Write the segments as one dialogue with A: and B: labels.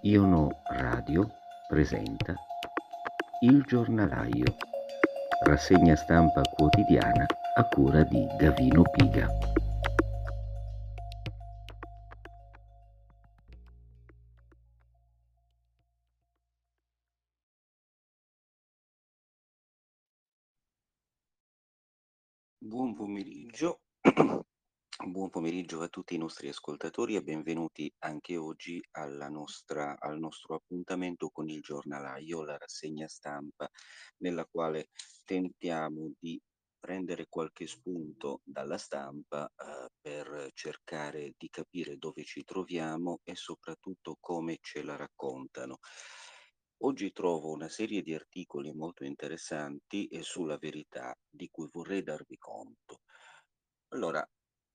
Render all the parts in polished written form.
A: Iono Radio presenta Il Giornalaio, rassegna stampa quotidiana a cura di Gavino Piga.
B: Buon pomeriggio, buon pomeriggio a tutti i nostri ascoltatori e benvenuti anche oggi al nostro appuntamento con il giornalaio, la rassegna stampa, nella quale tentiamo di prendere qualche spunto dalla stampa per cercare di capire dove ci troviamo e soprattutto come ce la raccontano. Oggi trovo una serie di articoli molto interessanti sulla verità di cui vorrei darvi conto. Allora,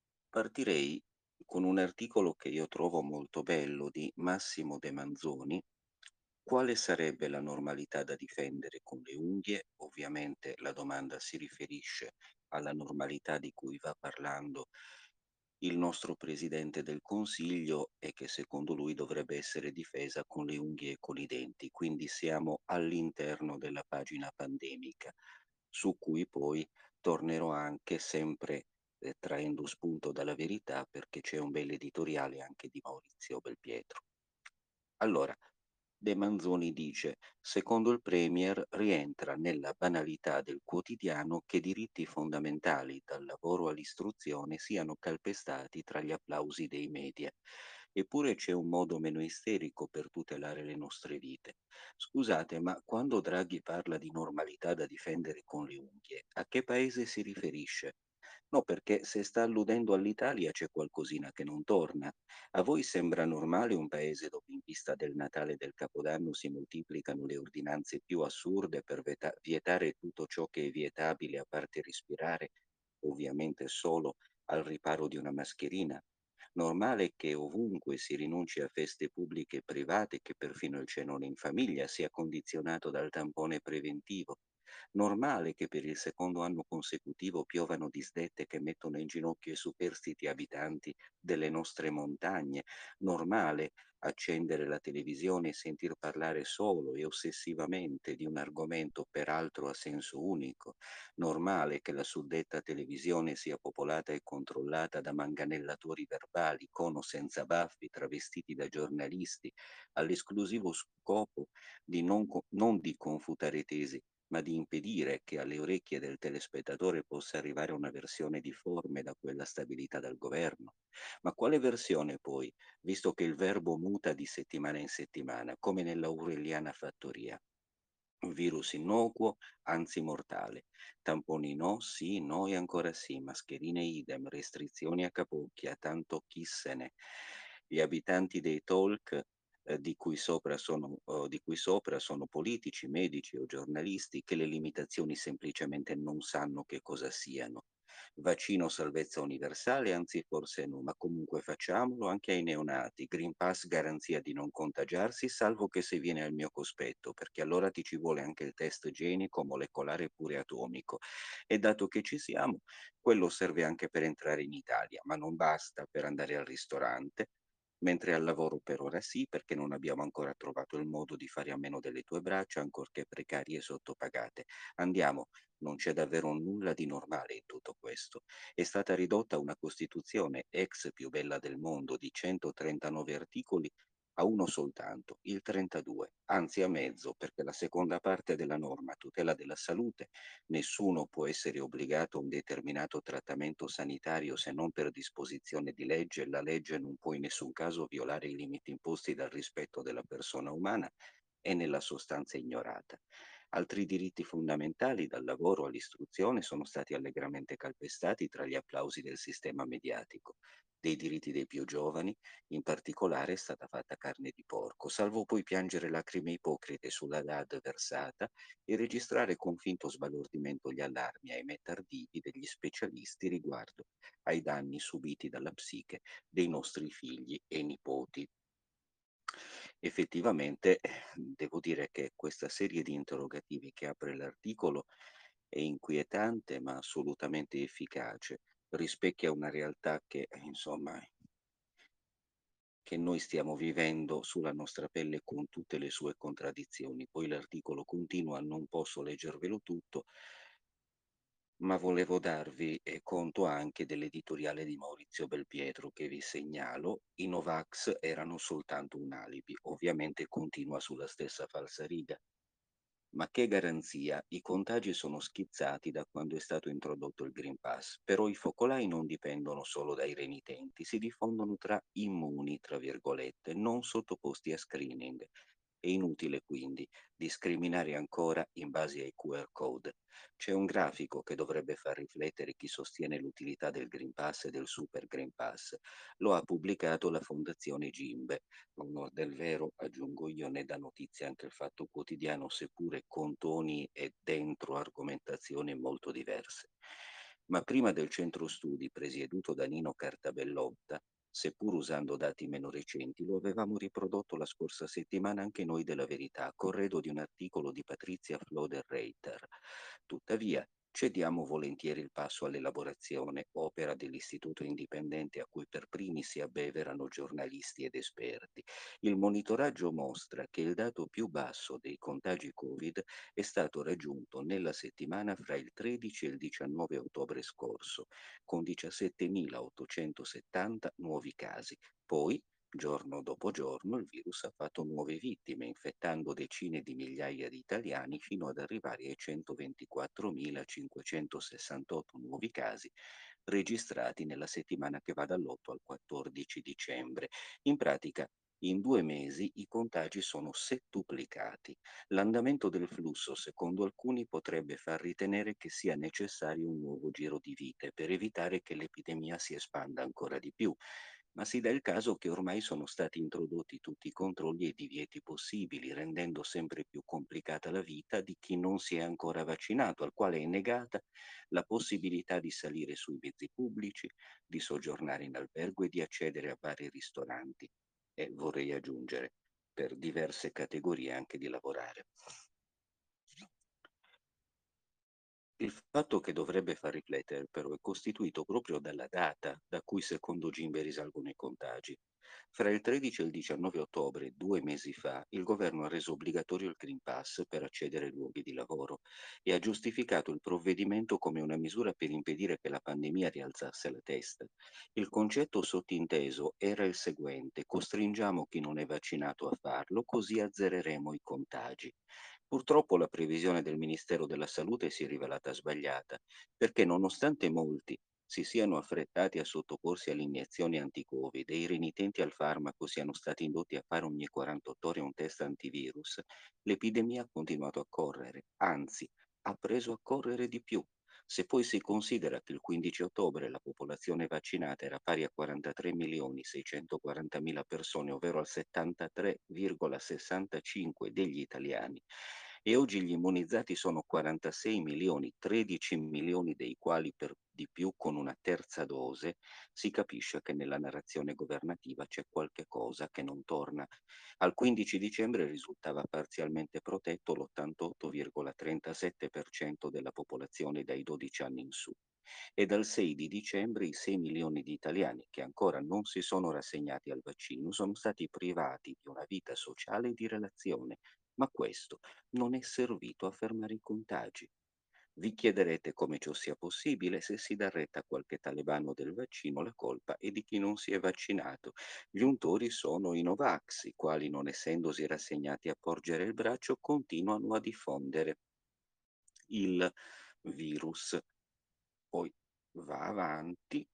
B: partirei con un articolo che io trovo molto bello di Massimo De Manzoni. Quale sarebbe la normalità da difendere con le unghie? Ovviamente la domanda si riferisce alla normalità di cui va parlando il nostro Presidente del Consiglio e che secondo lui dovrebbe essere difesa con le unghie e con i denti. Quindi siamo all'interno della pagina pandemica, su cui poi tornerò anche sempre traendo spunto dalla verità, perché c'è un bel editoriale anche di Maurizio Belpietro. Allora, De Manzoni dice: secondo il Premier rientra nella banalità del quotidiano che diritti fondamentali, dal lavoro all'istruzione, siano calpestati tra gli applausi dei media. Eppure c'è un modo meno isterico per tutelare le nostre vite. Scusate, ma quando Draghi parla di normalità da difendere con le unghie, a che paese si riferisce? No, perché se sta alludendo all'Italia c'è qualcosina che non torna. A voi sembra normale un paese dove in vista del Natale e del Capodanno si moltiplicano le ordinanze più assurde per vietare tutto ciò che è vietabile a parte respirare, ovviamente solo al riparo di una mascherina? Normale che ovunque si rinunci a feste pubbliche e private, che perfino il cenone in famiglia sia condizionato dal tampone preventivo? Normale che per il secondo anno consecutivo piovano disdette che mettono in ginocchio i superstiti abitanti delle nostre montagne? Normale accendere la televisione e sentir parlare solo e ossessivamente di un argomento peraltro a senso unico? Normale che la suddetta televisione sia popolata e controllata da manganellatori verbali, con o senza baffi, travestiti da giornalisti, all'esclusivo scopo di non di confutare tesi, ma di impedire che alle orecchie del telespettatore possa arrivare una versione difforme da quella stabilita dal governo. Ma quale versione poi, visto che il verbo muta di settimana in settimana, come nell'aureliana fattoria? Virus innocuo, anzi mortale. Tamponi no, sì, no e ancora sì. Mascherine idem, restrizioni a capocchia, tanto chi se ne. Gli abitanti dei talk di cui sopra sono politici, medici o giornalisti che le limitazioni semplicemente non sanno che cosa siano. Vaccino salvezza universale, anzi forse no, ma comunque facciamolo anche ai neonati. Green Pass garanzia di non contagiarsi, salvo che se viene al mio cospetto, perché allora ti ci vuole anche il test genico, molecolare e pure atomico. E dato che ci siamo, quello serve anche per entrare in Italia, ma non basta per andare al ristorante, mentre al lavoro per ora sì, perché non abbiamo ancora trovato il modo di fare a meno delle tue braccia, ancorché precarie e sottopagate. Andiamo, non c'è davvero nulla di normale in tutto questo. È stata ridotta una Costituzione ex più bella del mondo di 139 articoli a uno soltanto, il 32, anzi a mezzo, perché la seconda parte della norma a tutela della salute: nessuno può essere obbligato a un determinato trattamento sanitario se non per disposizione di legge, la legge non può in nessun caso violare i limiti imposti dal rispetto della persona umana, è nella sostanza ignorata. Altri diritti fondamentali, dal lavoro all'istruzione, sono stati allegramente calpestati tra gli applausi del sistema mediatico. Dei diritti dei più giovani, in particolare, è stata fatta carne di porco, salvo poi piangere lacrime ipocrite sulla DAD versata e registrare con finto sbalordimento gli allarmi, ahimè tardivi, degli specialisti riguardo ai danni subiti dalla psiche dei nostri figli e nipoti. Effettivamente, devo dire che questa serie di interrogativi che apre l'articolo è inquietante ma assolutamente efficace, rispecchia una realtà che, insomma, che noi stiamo vivendo sulla nostra pelle con tutte le sue contraddizioni. Poi l'articolo continua, non posso leggervelo tutto, ma volevo darvi conto anche dell'editoriale di Maurizio Belpietro che vi segnalo. I Novax erano soltanto un alibi, ovviamente continua sulla stessa falsariga. Ma che garanzia? I contagi sono schizzati da quando è stato introdotto il Green Pass, però i focolai non dipendono solo dai renitenti, si diffondono tra immuni, tra virgolette, non sottoposti a screening. È inutile quindi discriminare ancora in base ai QR code. C'è un grafico che dovrebbe far riflettere chi sostiene l'utilità del Green Pass e del Super Green Pass. Lo ha pubblicato la Fondazione Gimbe. Onor del vero, aggiungo io, ne dà notizia anche il Fatto Quotidiano, seppure con toni e dentro argomentazioni molto diverse. Ma prima del centro studi presieduto da Nino Cartabellotta, seppur usando dati meno recenti, lo avevamo riprodotto la scorsa settimana anche noi della Verità, corredo di un articolo di Patrizia Floder-Reiter. Tuttavia, cediamo volentieri il passo all'elaborazione, opera dell'istituto indipendente a cui per primi si abbeverano giornalisti ed esperti. Il monitoraggio mostra che il dato più basso dei contagi Covid è stato raggiunto nella settimana fra il 13 e il 19 ottobre scorso, con 17.870 nuovi casi. Poi, giorno dopo giorno, il virus ha fatto nuove vittime, infettando decine di migliaia di italiani fino ad arrivare ai 124.568 nuovi casi registrati nella settimana che va dall'8 al 14 dicembre. In pratica, in 2 mesi i contagi sono settuplicati. L'andamento del flusso, secondo alcuni, potrebbe far ritenere che sia necessario un nuovo giro di vite per evitare che l'epidemia si espanda ancora di più. Ma si dà il caso che ormai sono stati introdotti tutti i controlli e i divieti possibili, rendendo sempre più complicata la vita di chi non si è ancora vaccinato, al quale è negata la possibilità di salire sui mezzi pubblici, di soggiornare in albergo e di accedere a vari ristoranti. E vorrei aggiungere, per diverse categorie anche di lavorare. Il fatto che dovrebbe far riflettere però è costituito proprio dalla data da cui secondo Gimbe risalgono i contagi. Fra il 13 e il 19 ottobre, 2 mesi fa, il governo ha reso obbligatorio il Green Pass per accedere ai luoghi di lavoro e ha giustificato il provvedimento come una misura per impedire che la pandemia rialzasse la testa. Il concetto sottinteso era il seguente: costringiamo chi non è vaccinato a farlo, così azzereremo i contagi. Purtroppo la previsione del Ministero della Salute si è rivelata sbagliata, perché nonostante molti si siano affrettati a sottoporsi alle iniezioni anti-Covid e i renitenti al farmaco siano stati indotti a fare ogni 48 ore un test antivirus, l'epidemia ha continuato a correre, anzi ha preso a correre di più. Se poi si considera che il 15 ottobre la popolazione vaccinata era pari a 43.640.000 persone, ovvero al 73,65 degli italiani, e oggi gli immunizzati sono 46 milioni, 13 milioni dei quali per di più con una terza dose, si capisce che nella narrazione governativa c'è qualche cosa che non torna. Al 15 dicembre risultava parzialmente protetto l'88,37% della popolazione dai 12 anni in su e dal 6 di dicembre i 6 milioni di italiani che ancora non si sono rassegnati al vaccino sono stati privati di una vita sociale e di relazione, ma questo non è servito a fermare i contagi. Vi chiederete come ciò sia possibile se si dà retta a qualche talebano del vaccino, la colpa è di chi non si è vaccinato. Gli untori sono i Novax, i quali non essendosi rassegnati a porgere il braccio continuano a diffondere il virus. Poi va avanti.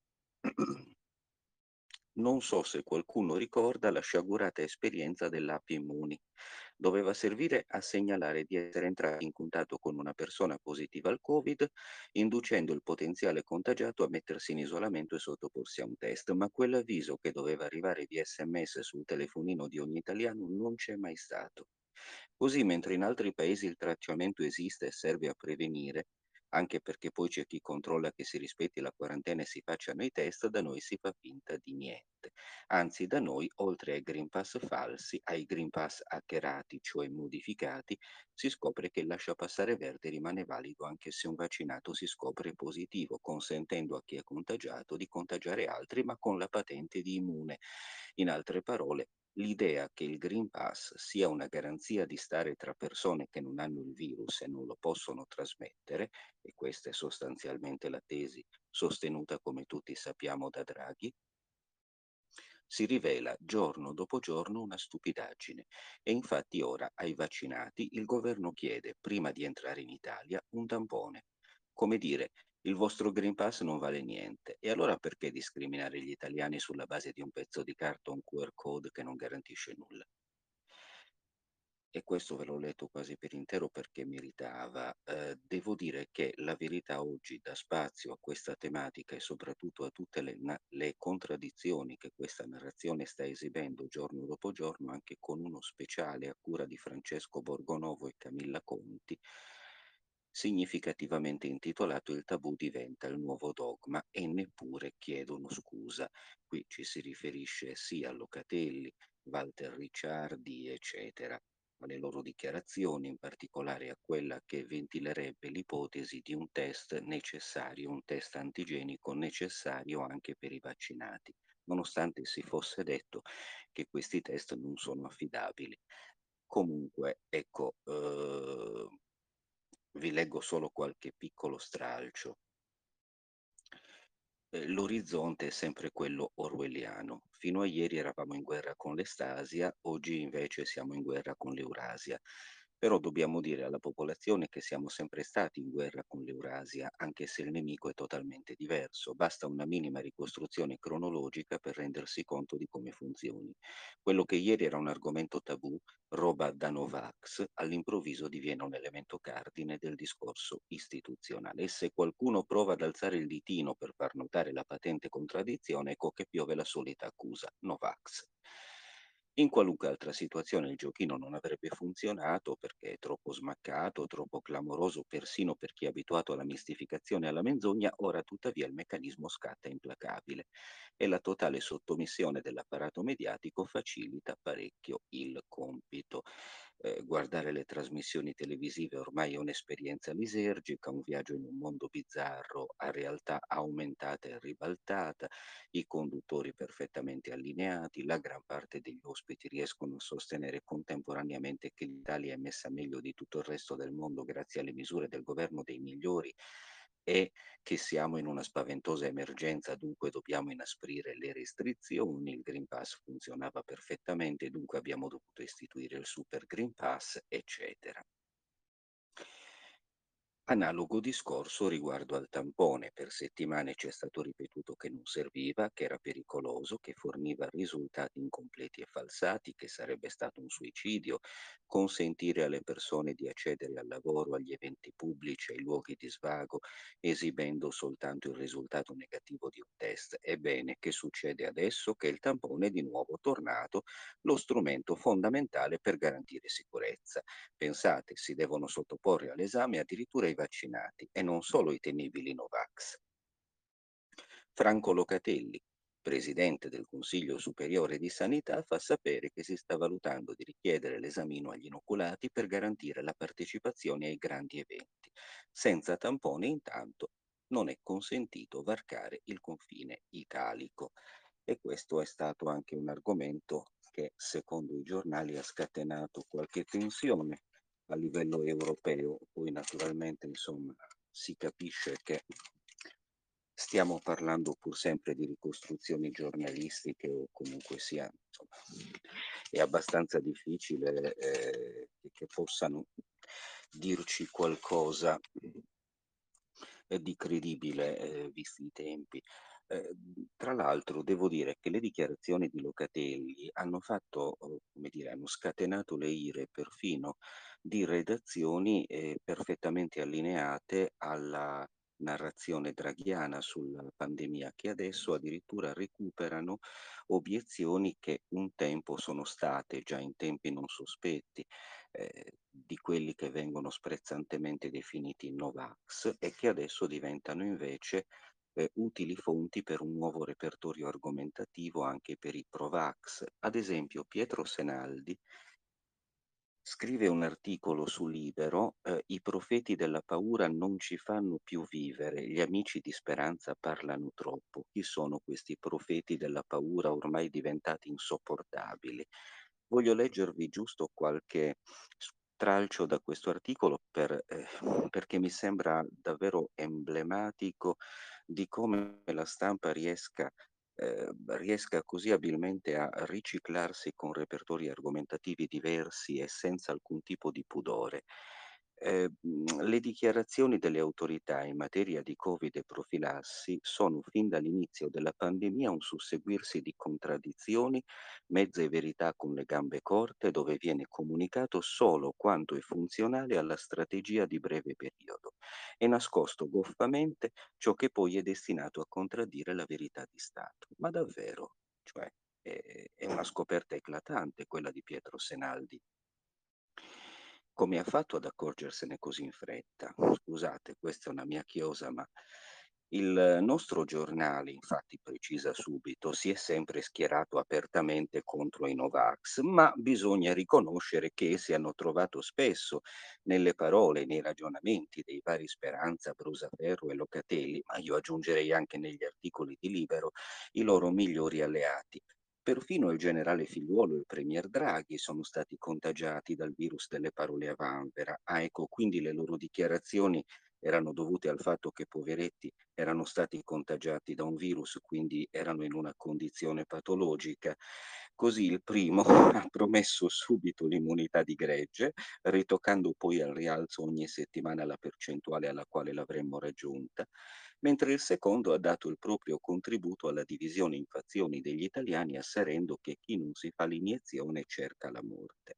B: Non so se qualcuno ricorda la sciagurata esperienza dell'app Immuni. Doveva servire a segnalare di essere entrati in contatto con una persona positiva al Covid, inducendo il potenziale contagiato a mettersi in isolamento e sottoporsi a un test, ma quell'avviso che doveva arrivare via SMS sul telefonino di ogni italiano non c'è mai stato. Così, mentre in altri paesi il tracciamento esiste e serve a prevenire, anche perché poi c'è chi controlla che si rispetti la quarantena e si facciano i test, da noi si fa finta di niente. Anzi, da noi, oltre ai Green Pass falsi, ai Green Pass hackerati, cioè modificati, si scopre che il lasciapassare verde rimane valido anche se un vaccinato si scopre positivo, consentendo a chi è contagiato di contagiare altri, ma con la patente di immune. In altre parole, l'idea che il Green Pass sia una garanzia di stare tra persone che non hanno il virus e non lo possono trasmettere, e questa è sostanzialmente la tesi sostenuta, come tutti sappiamo, da Draghi, si rivela giorno dopo giorno una stupidaggine e infatti ora ai vaccinati il governo chiede, prima di entrare in Italia, un tampone. Come dire, il vostro Green Pass non vale niente e allora perché discriminare gli italiani sulla base di un pezzo di carta o un QR code che non garantisce nulla? E questo ve l'ho letto quasi per intero perché meritava. Devo dire che la verità oggi dà spazio a questa tematica e soprattutto a tutte le contraddizioni che questa narrazione sta esibendo giorno dopo giorno, anche con uno speciale a cura di Francesco Borgonovo e Camilla Conti, significativamente intitolato Il tabù diventa il nuovo dogma e neppure chiedono scusa. Qui ci si riferisce sia a Locatelli, Walter Ricciardi, eccetera, alle loro dichiarazioni, in particolare a quella che ventilerebbe l'ipotesi di un test necessario, un test antigenico necessario anche per i vaccinati, nonostante si fosse detto che questi test non sono affidabili. Comunque, ecco, vi leggo solo qualche piccolo stralcio. L'orizzonte è sempre quello orwelliano. Fino a ieri eravamo in guerra con l'Estasia, oggi invece siamo in guerra con l'Eurasia. Però dobbiamo dire alla popolazione che siamo sempre stati in guerra con l'Eurasia, anche se il nemico è totalmente diverso. Basta una minima ricostruzione cronologica per rendersi conto di come funzioni. Quello che ieri era un argomento tabù, roba da Novax, all'improvviso diviene un elemento cardine del discorso istituzionale. E se qualcuno prova ad alzare il ditino per far notare la patente contraddizione, ecco che piove la solita accusa, Novax. In qualunque altra situazione il giochino non avrebbe funzionato perché è troppo smaccato, troppo clamoroso persino per chi è abituato alla mistificazione e alla menzogna, ora tuttavia il meccanismo scatta implacabile e la totale sottomissione dell'apparato mediatico facilita parecchio il compito. Guardare le trasmissioni televisive ormai è un'esperienza lisergica, un viaggio in un mondo bizzarro a realtà aumentata e ribaltata, i conduttori perfettamente allineati, la gran parte degli ospiti riescono a sostenere contemporaneamente che l'Italia è messa meglio di tutto il resto del mondo grazie alle misure del governo dei migliori e che siamo in una spaventosa emergenza, dunque dobbiamo inasprire le restrizioni, il Green Pass funzionava perfettamente, dunque abbiamo dovuto istituire il Super Green Pass, eccetera. Analogo discorso riguardo al tampone. Per settimane ci è stato ripetuto che non serviva, che era pericoloso, che forniva risultati incompleti e falsati, che sarebbe stato un suicidio, consentire alle persone di accedere al lavoro, agli eventi pubblici, ai luoghi di svago, esibendo soltanto il risultato negativo di un test. Ebbene, che succede adesso? Che il tampone è di nuovo tornato lo strumento fondamentale per garantire sicurezza. Pensate, si devono sottoporre all'esame addirittura i vaccinati e non solo i temibili Novax. Franco Locatelli, presidente del Consiglio Superiore di Sanità, fa sapere che si sta valutando di richiedere l'esamino agli inoculati per garantire la partecipazione ai grandi eventi. Senza tampone, intanto, non è consentito varcare il confine italico. E questo è stato anche un argomento che, secondo i giornali, ha scatenato qualche tensione a livello europeo. Poi, naturalmente, insomma, si capisce che stiamo parlando pur sempre di ricostruzioni giornalistiche o comunque sia, insomma, è abbastanza difficile che possano dirci qualcosa di credibile, visti i tempi. Tra l'altro devo dire che le dichiarazioni di Locatelli hanno fatto, come dire, hanno scatenato le ire perfino di redazioni perfettamente allineate alla narrazione draghiana sulla pandemia, che adesso addirittura recuperano obiezioni che un tempo sono state, già in tempi non sospetti, di quelli che vengono sprezzantemente definiti Novax e che adesso diventano invece utili fonti per un nuovo repertorio argomentativo anche per i Provax. Ad esempio, Pietro Senaldi scrive un articolo su Libero, "I profeti della paura non ci fanno più vivere, gli amici di speranza parlano troppo". Chi sono questi profeti della paura ormai diventati insopportabili? Voglio leggervi giusto qualche stralcio da questo articolo perché mi sembra davvero emblematico di come la stampa riesca così abilmente a riciclarsi con repertori argomentativi diversi e senza alcun tipo di pudore. Le dichiarazioni delle autorità in materia di Covid e profilassi sono fin dall'inizio della pandemia un susseguirsi di contraddizioni, mezze verità con le gambe corte, dove viene comunicato solo quanto è funzionale alla strategia di breve periodo e nascosto goffamente ciò che poi è destinato a contraddire la verità di Stato. Ma davvero? Cioè, è una scoperta eclatante quella di Pietro Senaldi. Come ha fatto ad accorgersene così in fretta? Scusate, questa è una mia chiosa, ma il nostro giornale, infatti, precisa subito, si è sempre schierato apertamente contro i Novax, ma bisogna riconoscere che essi hanno trovato spesso nelle parole, nei ragionamenti dei vari Speranza, Brusaferro e Locatelli, ma io aggiungerei anche negli articoli di Libero, i loro migliori alleati. Perfino il generale Figliuolo e il premier Draghi sono stati contagiati dal virus delle parole a vanvera. Ah, ecco, quindi le loro dichiarazioni erano dovute al fatto che, poveretti, erano stati contagiati da un virus, quindi erano in una condizione patologica. Così il primo ha promesso subito l'immunità di gregge, ritoccando poi al rialzo ogni settimana la percentuale alla quale l'avremmo raggiunta, mentre il secondo ha dato il proprio contributo alla divisione in fazioni degli italiani, asserendo che chi non si fa l'iniezione cerca la morte.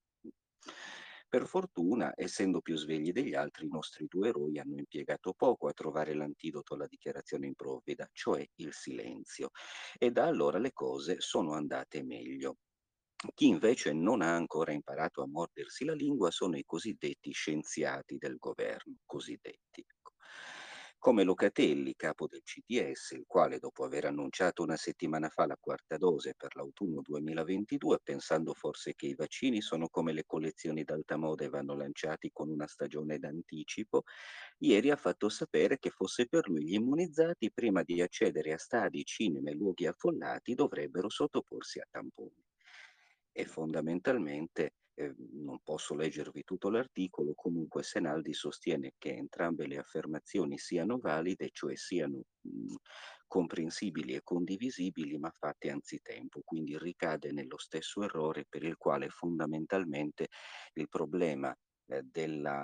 B: Per fortuna, essendo più svegli degli altri, i nostri due eroi hanno impiegato poco a trovare l'antidoto alla dichiarazione improvvida, cioè il silenzio, e da allora le cose sono andate meglio. Chi invece non ha ancora imparato a mordersi la lingua sono i cosiddetti scienziati del governo, cosiddetti. Ecco. Come Locatelli, capo del CTS, il quale dopo aver annunciato una settimana fa la quarta dose per l'autunno 2022, pensando forse che i vaccini sono come le collezioni d'alta moda e vanno lanciati con una stagione d'anticipo, ieri ha fatto sapere che fosse per lui gli immunizzati, prima di accedere a stadi, cinema e luoghi affollati, dovrebbero sottoporsi a tamponi. E fondamentalmente, non posso leggervi tutto l'articolo, comunque Senaldi sostiene che entrambe le affermazioni siano valide, cioè siano comprensibili e condivisibili, ma fatte anzitempo, quindi ricade nello stesso errore per il quale fondamentalmente il problema della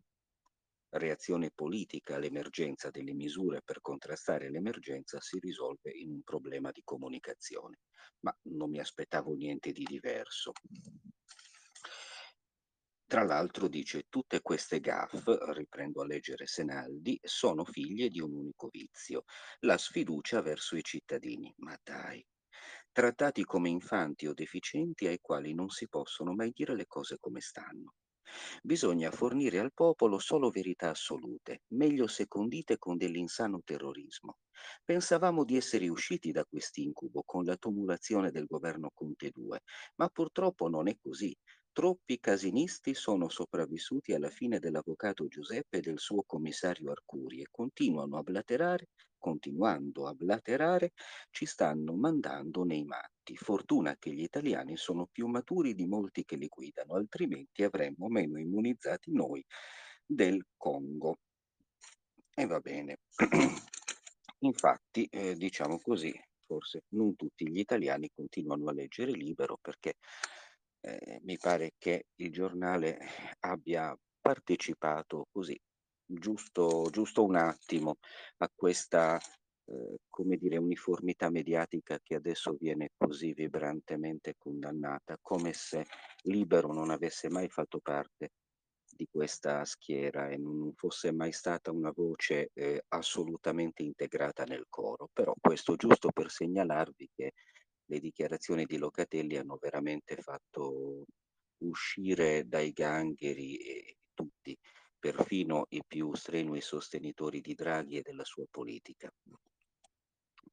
B: reazione politica all'emergenza, delle misure per contrastare l'emergenza, si risolve in un problema di comunicazione. Ma non mi aspettavo niente di diverso. Tra l'altro dice: tutte queste gaffe, riprendo a leggere Senaldi, sono figlie di un unico vizio, la sfiducia verso i cittadini. Ma dai, trattati come infanti o deficienti ai quali non si possono mai dire le cose come stanno. Bisogna fornire al popolo solo verità assolute, meglio se condite con dell'insano terrorismo. Pensavamo di essere usciti da quest'incubo con la tumulazione del governo Conte 2, ma purtroppo non è così. Troppi casinisti sono sopravvissuti alla fine dell'avvocato Giuseppe e del suo commissario Arcuri e continuando a blaterare, ci stanno mandando nei matti. Fortuna che gli italiani sono più maturi di molti che li guidano, altrimenti avremmo meno immunizzati noi del Congo. E va bene. Infatti, diciamo così, forse non tutti gli italiani continuano a leggere Libero perché mi pare che il giornale abbia partecipato così, giusto un attimo, a questa, come dire, uniformità mediatica che adesso viene così vibrantemente condannata, come se Libero non avesse mai fatto parte di questa schiera e non fosse mai stata una voce assolutamente integrata nel coro. Però questo giusto per segnalarvi che le dichiarazioni di Locatelli hanno veramente fatto uscire dai gangheri tutti, perfino i più strenui sostenitori di Draghi e della sua politica.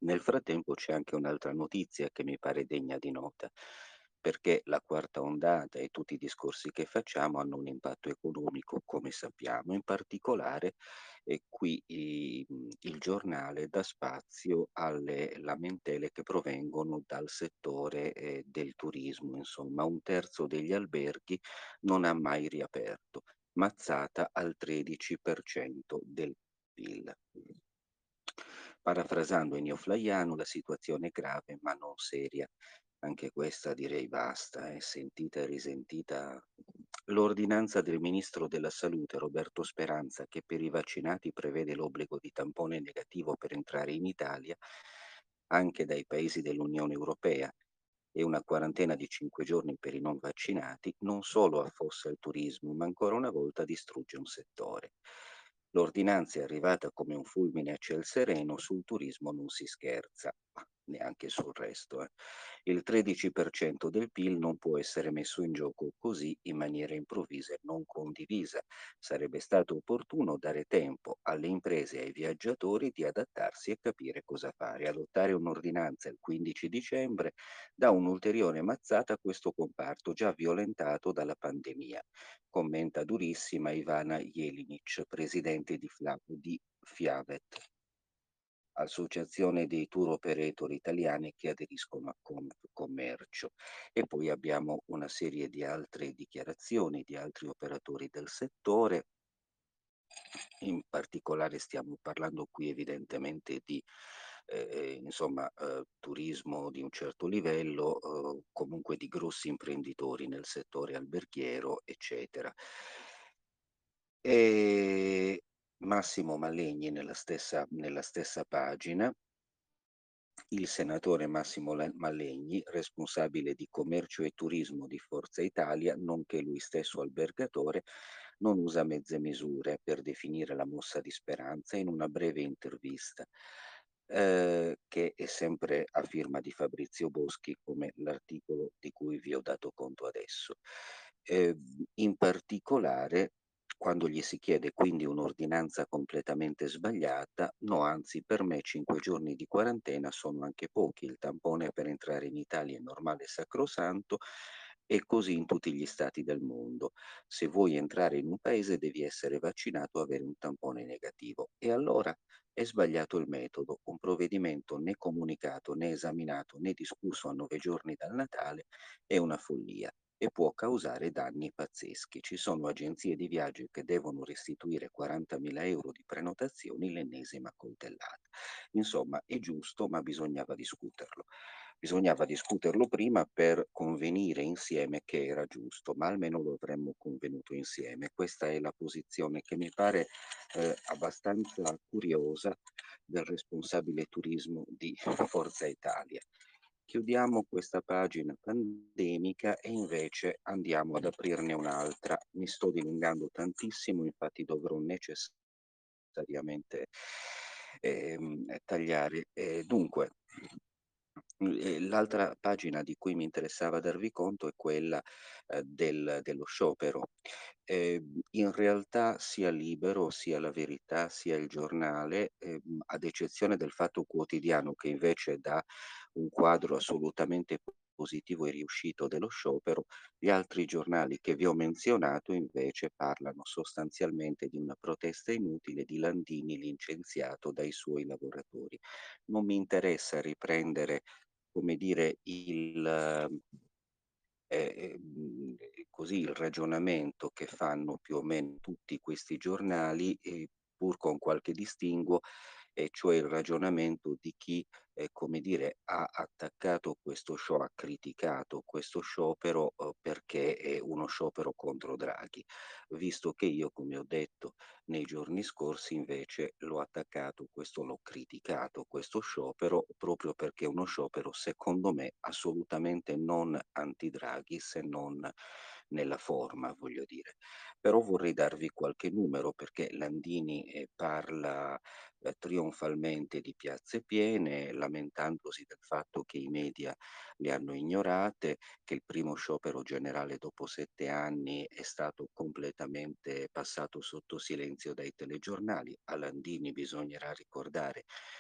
B: Nel frattempo c'è anche un'altra notizia che mi pare degna di nota, perché la quarta ondata e tutti i discorsi che facciamo hanno un impatto economico, come sappiamo. In particolare, qui il giornale dà spazio alle lamentele che provengono dal settore del turismo. Insomma, un terzo degli alberghi non ha mai riaperto, mazzata al 13% del PIL. Parafrasando Ennio Flaiano, la situazione è grave ma non seria. Anche questa direi basta, sentita e risentita. L'ordinanza del ministro della Salute Roberto Speranza, che per i vaccinati prevede l'obbligo di tampone negativo per entrare in Italia, anche dai paesi dell'Unione Europea, e una quarantena di 5 giorni per i non vaccinati, non solo affossa il turismo, ma ancora una volta distrugge un settore. L'ordinanza è arrivata come un fulmine a ciel sereno, sul turismo non si scherza, ma neanche sul resto. Il 13% del PIL non può essere messo in gioco così in maniera improvvisa e non condivisa. Sarebbe stato opportuno dare tempo alle imprese e ai viaggiatori di adattarsi e capire cosa fare. Adottare un'ordinanza il 15 dicembre dà un'ulteriore mazzata a questo comparto già violentato dalla pandemia, commenta durissima Ivana Jelinic, presidente di Fiavet, associazione dei tour operator italiani che aderiscono a Commercio. E poi abbiamo una serie di altre dichiarazioni di altri operatori del settore. In particolare stiamo parlando qui evidentemente di insomma, turismo di un certo livello, comunque di grossi imprenditori nel settore alberghiero, eccetera. E Massimo Mallegni nella stessa pagina, il senatore Massimo Mallegni, responsabile di commercio e turismo di Forza Italia, nonché lui stesso albergatore, non usa mezze misure per definire la mossa di Speranza in una breve intervista, che è sempre a firma di Fabrizio Boschi, come l'articolo di cui vi ho dato conto adesso. In particolare, quando gli si chiede quindi un'ordinanza completamente sbagliata, no, anzi per me 5 giorni di quarantena sono anche pochi, il tampone per entrare in Italia è normale e sacrosanto e così in tutti gli stati del mondo. Se vuoi entrare in un paese devi essere vaccinato o avere un tampone negativo. E allora è sbagliato il metodo, un provvedimento né comunicato né esaminato né discusso a 9 giorni dal Natale è una follia e può causare danni pazzeschi. Ci sono agenzie di viaggio che devono restituire 40.000 euro di prenotazioni, l'ennesima coltellata. Insomma, è giusto, ma bisognava discuterlo. Bisognava discuterlo prima per convenire insieme che era giusto, ma almeno lo avremmo convenuto insieme. Questa è la posizione che mi pare abbastanza curiosa del responsabile turismo di Forza Italia. Chiudiamo questa pagina pandemica e invece andiamo ad aprirne un'altra. Mi sto dilungando tantissimo, infatti dovrò necessariamente tagliare. Dunque, l'altra pagina di cui mi interessava darvi conto è quella dello sciopero. In realtà sia Libero, sia La Verità, sia Il Giornale, ad eccezione del Fatto Quotidiano che invece dà un quadro assolutamente positivo e riuscito dello sciopero, gli altri giornali che vi ho menzionato invece parlano sostanzialmente di una protesta inutile di Landini licenziato dai suoi lavoratori. Non mi interessa riprendere, come dire, così il ragionamento che fanno più o meno tutti questi giornali, pur con qualche distinguo, e cioè il ragionamento di chi, come dire, ha attaccato questo ha criticato questo sciopero, perché è uno sciopero contro Draghi, visto che io, come ho detto nei giorni scorsi, invece l'ho criticato questo sciopero proprio perché è uno sciopero, secondo me, assolutamente non anti-Draghi, se non nella forma, voglio dire. Però vorrei darvi qualche numero perché Landini parla trionfalmente di piazze piene, lamentandosi del fatto che i media le hanno ignorate, che il primo sciopero generale dopo 7 anni è stato completamente passato sotto silenzio dai telegiornali. A Landini bisognerà ricordare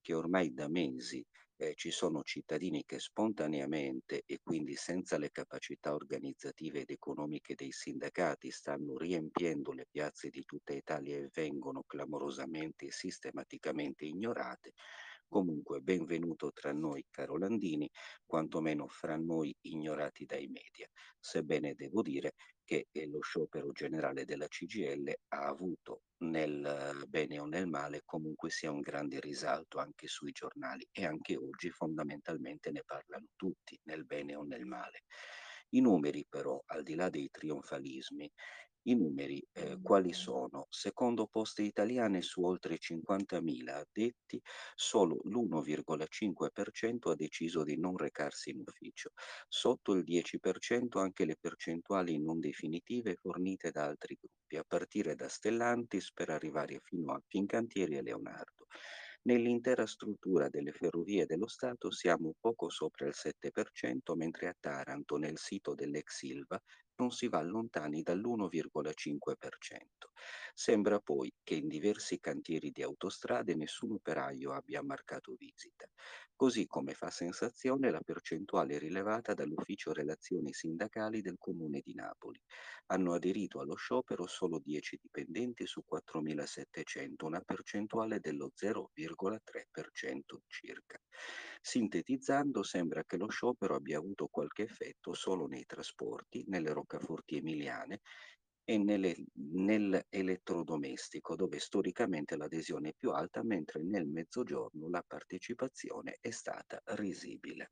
B: che ormai da mesi ci sono cittadini che spontaneamente e quindi senza le capacità organizzative ed economiche dei sindacati stanno riempiendo le piazze di tutta Italia e vengono clamorosamente e sistematicamente ignorate. Comunque, benvenuto tra noi, caro Landini, quantomeno fra noi ignorati dai media. Sebbene devo dire che lo sciopero generale della CGIL ha avuto nel bene o nel male comunque sia un grande risalto anche sui giornali e anche oggi fondamentalmente ne parlano tutti, nel bene o nel male. I numeri però, al di là dei trionfalismi, i numeri quali sono? Secondo Poste Italiane su oltre 50.000 addetti, solo l'1,5% ha deciso di non recarsi in ufficio. Sotto il 10% anche le percentuali non definitive fornite da altri gruppi, a partire da Stellantis per arrivare fino a Fincantieri e Leonardo. Nell'intera struttura delle ferrovie dello Stato siamo poco sopra il 7%, mentre a Taranto, nel sito dell'ex Ilva, non si va lontani dall'1,5%. Sembra poi che in diversi cantieri di autostrade nessun operaio abbia marcato visita, così come fa sensazione la percentuale rilevata dall'Ufficio Relazioni Sindacali del Comune di Napoli. Hanno aderito allo sciopero solo 10 dipendenti su 4.700, una percentuale dello 0,3% circa. Sintetizzando, sembra che lo sciopero abbia avuto qualche effetto solo nei trasporti, nelle roccaforti emiliane e nell'elettrodomestico, dove storicamente l'adesione è più alta, mentre nel mezzogiorno la partecipazione è stata risibile.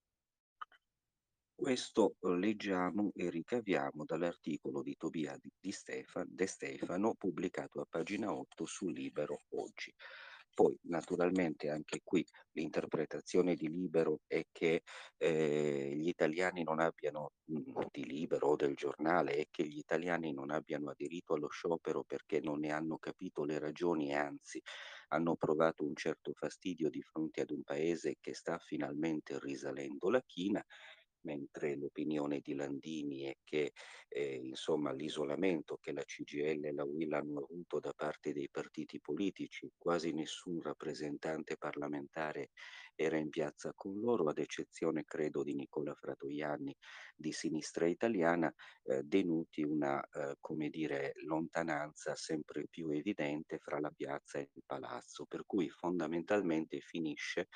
B: Questo leggiamo e ricaviamo dall'articolo di Tobia De Stefano pubblicato a pagina 8 su Libero oggi. Poi naturalmente anche qui l'interpretazione di Libero è che gli italiani non abbiano, di Libero o del giornale, è che gli italiani non abbiano aderito allo sciopero perché non ne hanno capito le ragioni e anzi hanno provato un certo fastidio di fronte ad un paese che sta finalmente risalendo la china, mentre l'opinione di Landini è che insomma, l'isolamento che la CGIL e la UIL hanno avuto da parte dei partiti politici, quasi nessun rappresentante parlamentare era in piazza con loro, ad eccezione credo di Nicola Fratoianni di Sinistra Italiana, denuti una come dire, lontananza sempre più evidente fra la piazza e il palazzo, per cui fondamentalmente finisce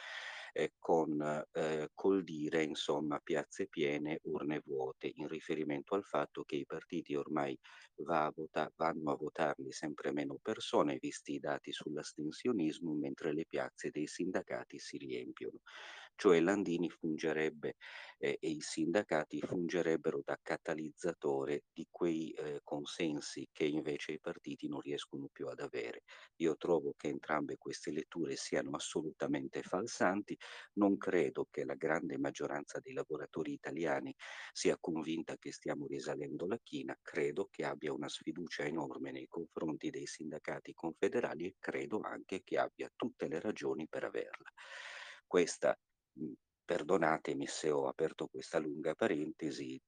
B: col dire insomma piazze piene, urne vuote, in riferimento al fatto che i partiti ormai vanno a votarli sempre meno persone, visti i dati sull'astensionismo, mentre le piazze dei sindacati si riempiono. Cioè Landini fungerebbe e i sindacati fungerebbero da catalizzatore di quei consensi che invece i partiti non riescono più ad avere. Io trovo che entrambe queste letture siano assolutamente falsanti. Non credo che la grande maggioranza dei lavoratori italiani sia convinta che stiamo risalendo la china, credo che abbia una sfiducia enorme nei confronti dei sindacati confederali e credo anche che abbia tutte le ragioni per averla. Questa, perdonatemi se ho aperto questa lunga parentesi,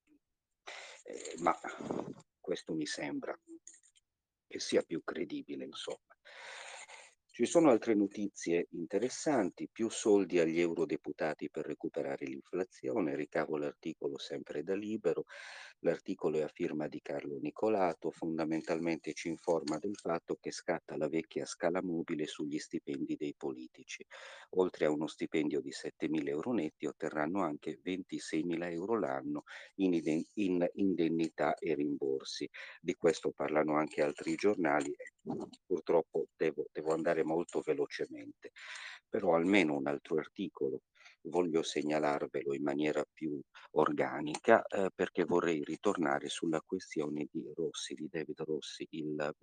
B: ma questo mi sembra che sia più credibile, insomma. Ci sono altre notizie interessanti, più soldi agli eurodeputati per recuperare l'inflazione, ricavo l'articolo sempre da Libero, l'articolo è a firma di Carlo Nicolato, fondamentalmente ci informa del fatto che scatta la vecchia scala mobile sugli stipendi dei politici. Oltre a uno stipendio di 7.000 euro netti otterranno anche 26.000 euro l'anno in indennità e rimborsi. Di questo parlano anche altri giornali, purtroppo devo andare molto velocemente, però almeno un altro articolo voglio segnalarvelo in maniera più organica perché vorrei ritornare sulla questione di Rossi, di David Rossi, il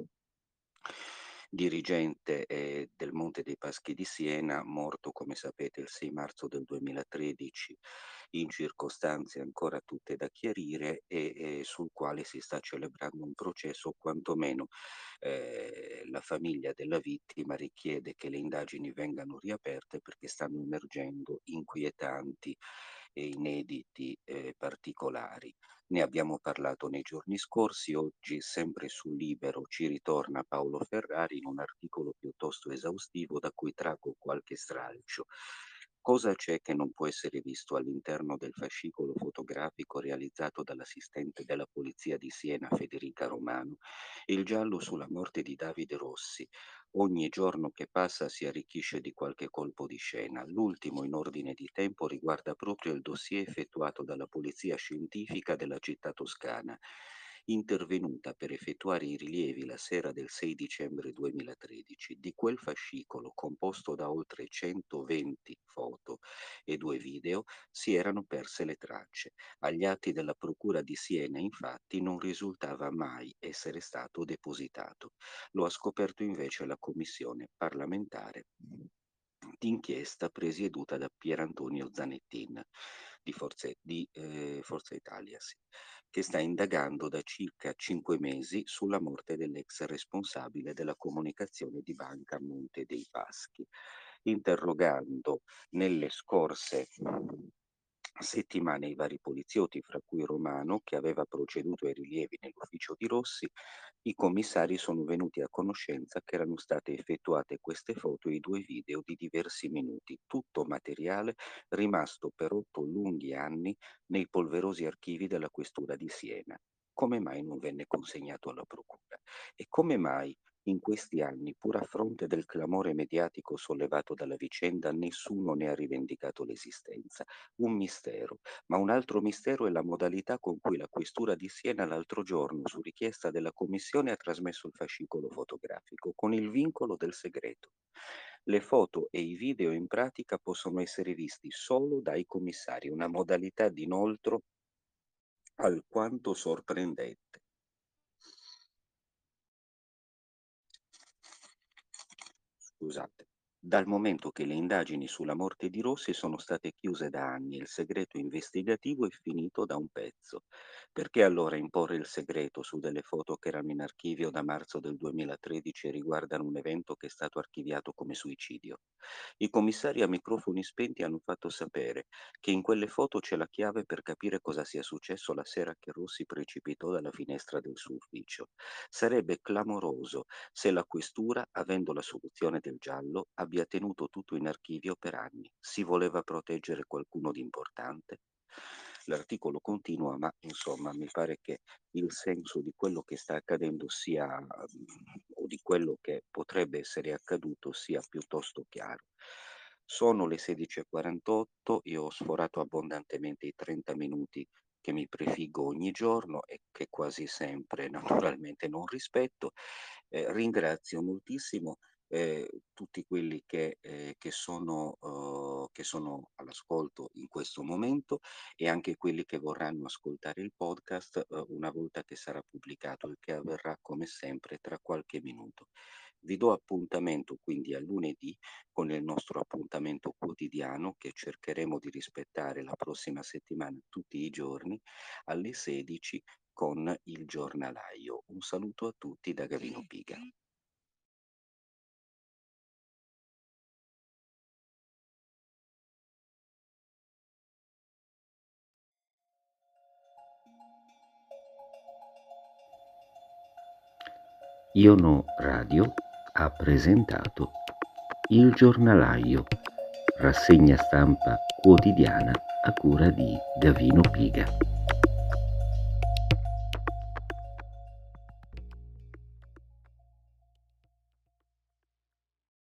B: dirigente del Monte dei Paschi di Siena, morto come sapete il 6 marzo del 2013 in circostanze ancora tutte da chiarire e sul quale si sta celebrando un processo, quantomeno la famiglia della vittima richiede che le indagini vengano riaperte perché stanno emergendo inquietanti e inediti particolari. Ne abbiamo parlato nei giorni scorsi, oggi sempre su Libero ci ritorna Paolo Ferrari in un articolo piuttosto esaustivo da cui traggo qualche stralcio. Cosa c'è che non può essere visto all'interno del fascicolo fotografico realizzato dall'assistente della polizia di Siena Federica Romano? Il giallo sulla morte di Davide Rossi. Ogni giorno che passa si arricchisce di qualche colpo di scena. L'ultimo in ordine di tempo riguarda proprio il dossier effettuato dalla polizia scientifica della città toscana, intervenuta per effettuare i rilievi la sera del 6 dicembre 2013. Di quel fascicolo, composto da oltre 120 foto e 2 video, si erano perse le tracce. Agli atti della Procura di Siena, infatti, non risultava mai essere stato depositato. Lo ha scoperto invece la commissione parlamentare d'inchiesta presieduta da Pierantonio Zanettin di Forza Italia, sì, che sta indagando da circa 5 mesi sulla morte dell'ex responsabile della comunicazione di Banca Monte dei Paschi, interrogando nelle scorse settimane i vari poliziotti, fra cui Romano, che aveva proceduto ai rilievi nell'ufficio di Rossi. I commissari sono venuti a conoscenza che erano state effettuate queste foto e i 2 video di diversi minuti, tutto materiale rimasto per 8 lunghi anni nei polverosi archivi della questura di Siena. Come mai non venne consegnato alla procura? E come mai in questi anni, pur a fronte del clamore mediatico sollevato dalla vicenda, nessuno ne ha rivendicato l'esistenza? Un mistero, ma un altro mistero è la modalità con cui la questura di Siena l'altro giorno, su richiesta della commissione, ha trasmesso il fascicolo fotografico con il vincolo del segreto. Le foto e i video in pratica possono essere visti solo dai commissari, una modalità di inoltre alquanto sorprendente. Scusate. Dal momento che le indagini sulla morte di Rossi sono state chiuse da anni e il segreto investigativo è finito da un pezzo, perché allora imporre il segreto su delle foto che erano in archivio da marzo del 2013 e riguardano un evento che è stato archiviato come suicidio? I commissari a microfoni spenti hanno fatto sapere che in quelle foto c'è la chiave per capire cosa sia successo la sera che Rossi precipitò dalla finestra del suo ufficio. Sarebbe clamoroso se la questura, avendo la soluzione del giallo, abbia tenuto tutto in archivio per anni. Si voleva proteggere qualcuno di importante? L'articolo continua, ma insomma mi pare che il senso di quello che sta accadendo sia, o di quello che potrebbe essere accaduto, sia piuttosto chiaro. Sono le 16:48, io ho sforato abbondantemente i 30 minuti che mi prefiggo ogni giorno e che quasi sempre naturalmente non rispetto. Ringrazio moltissimo tutti quelli che sono all'ascolto in questo momento e anche quelli che vorranno ascoltare il podcast una volta che sarà pubblicato, il che avverrà come sempre tra qualche minuto. Vi do appuntamento quindi a lunedì con il nostro appuntamento quotidiano che cercheremo di rispettare la prossima settimana tutti i giorni alle 16 con il giornalaio. Un saluto a tutti da Gavino Piga.
A: Iono Radio ha presentato Il giornalaio, rassegna stampa quotidiana a cura di Gavino Piga.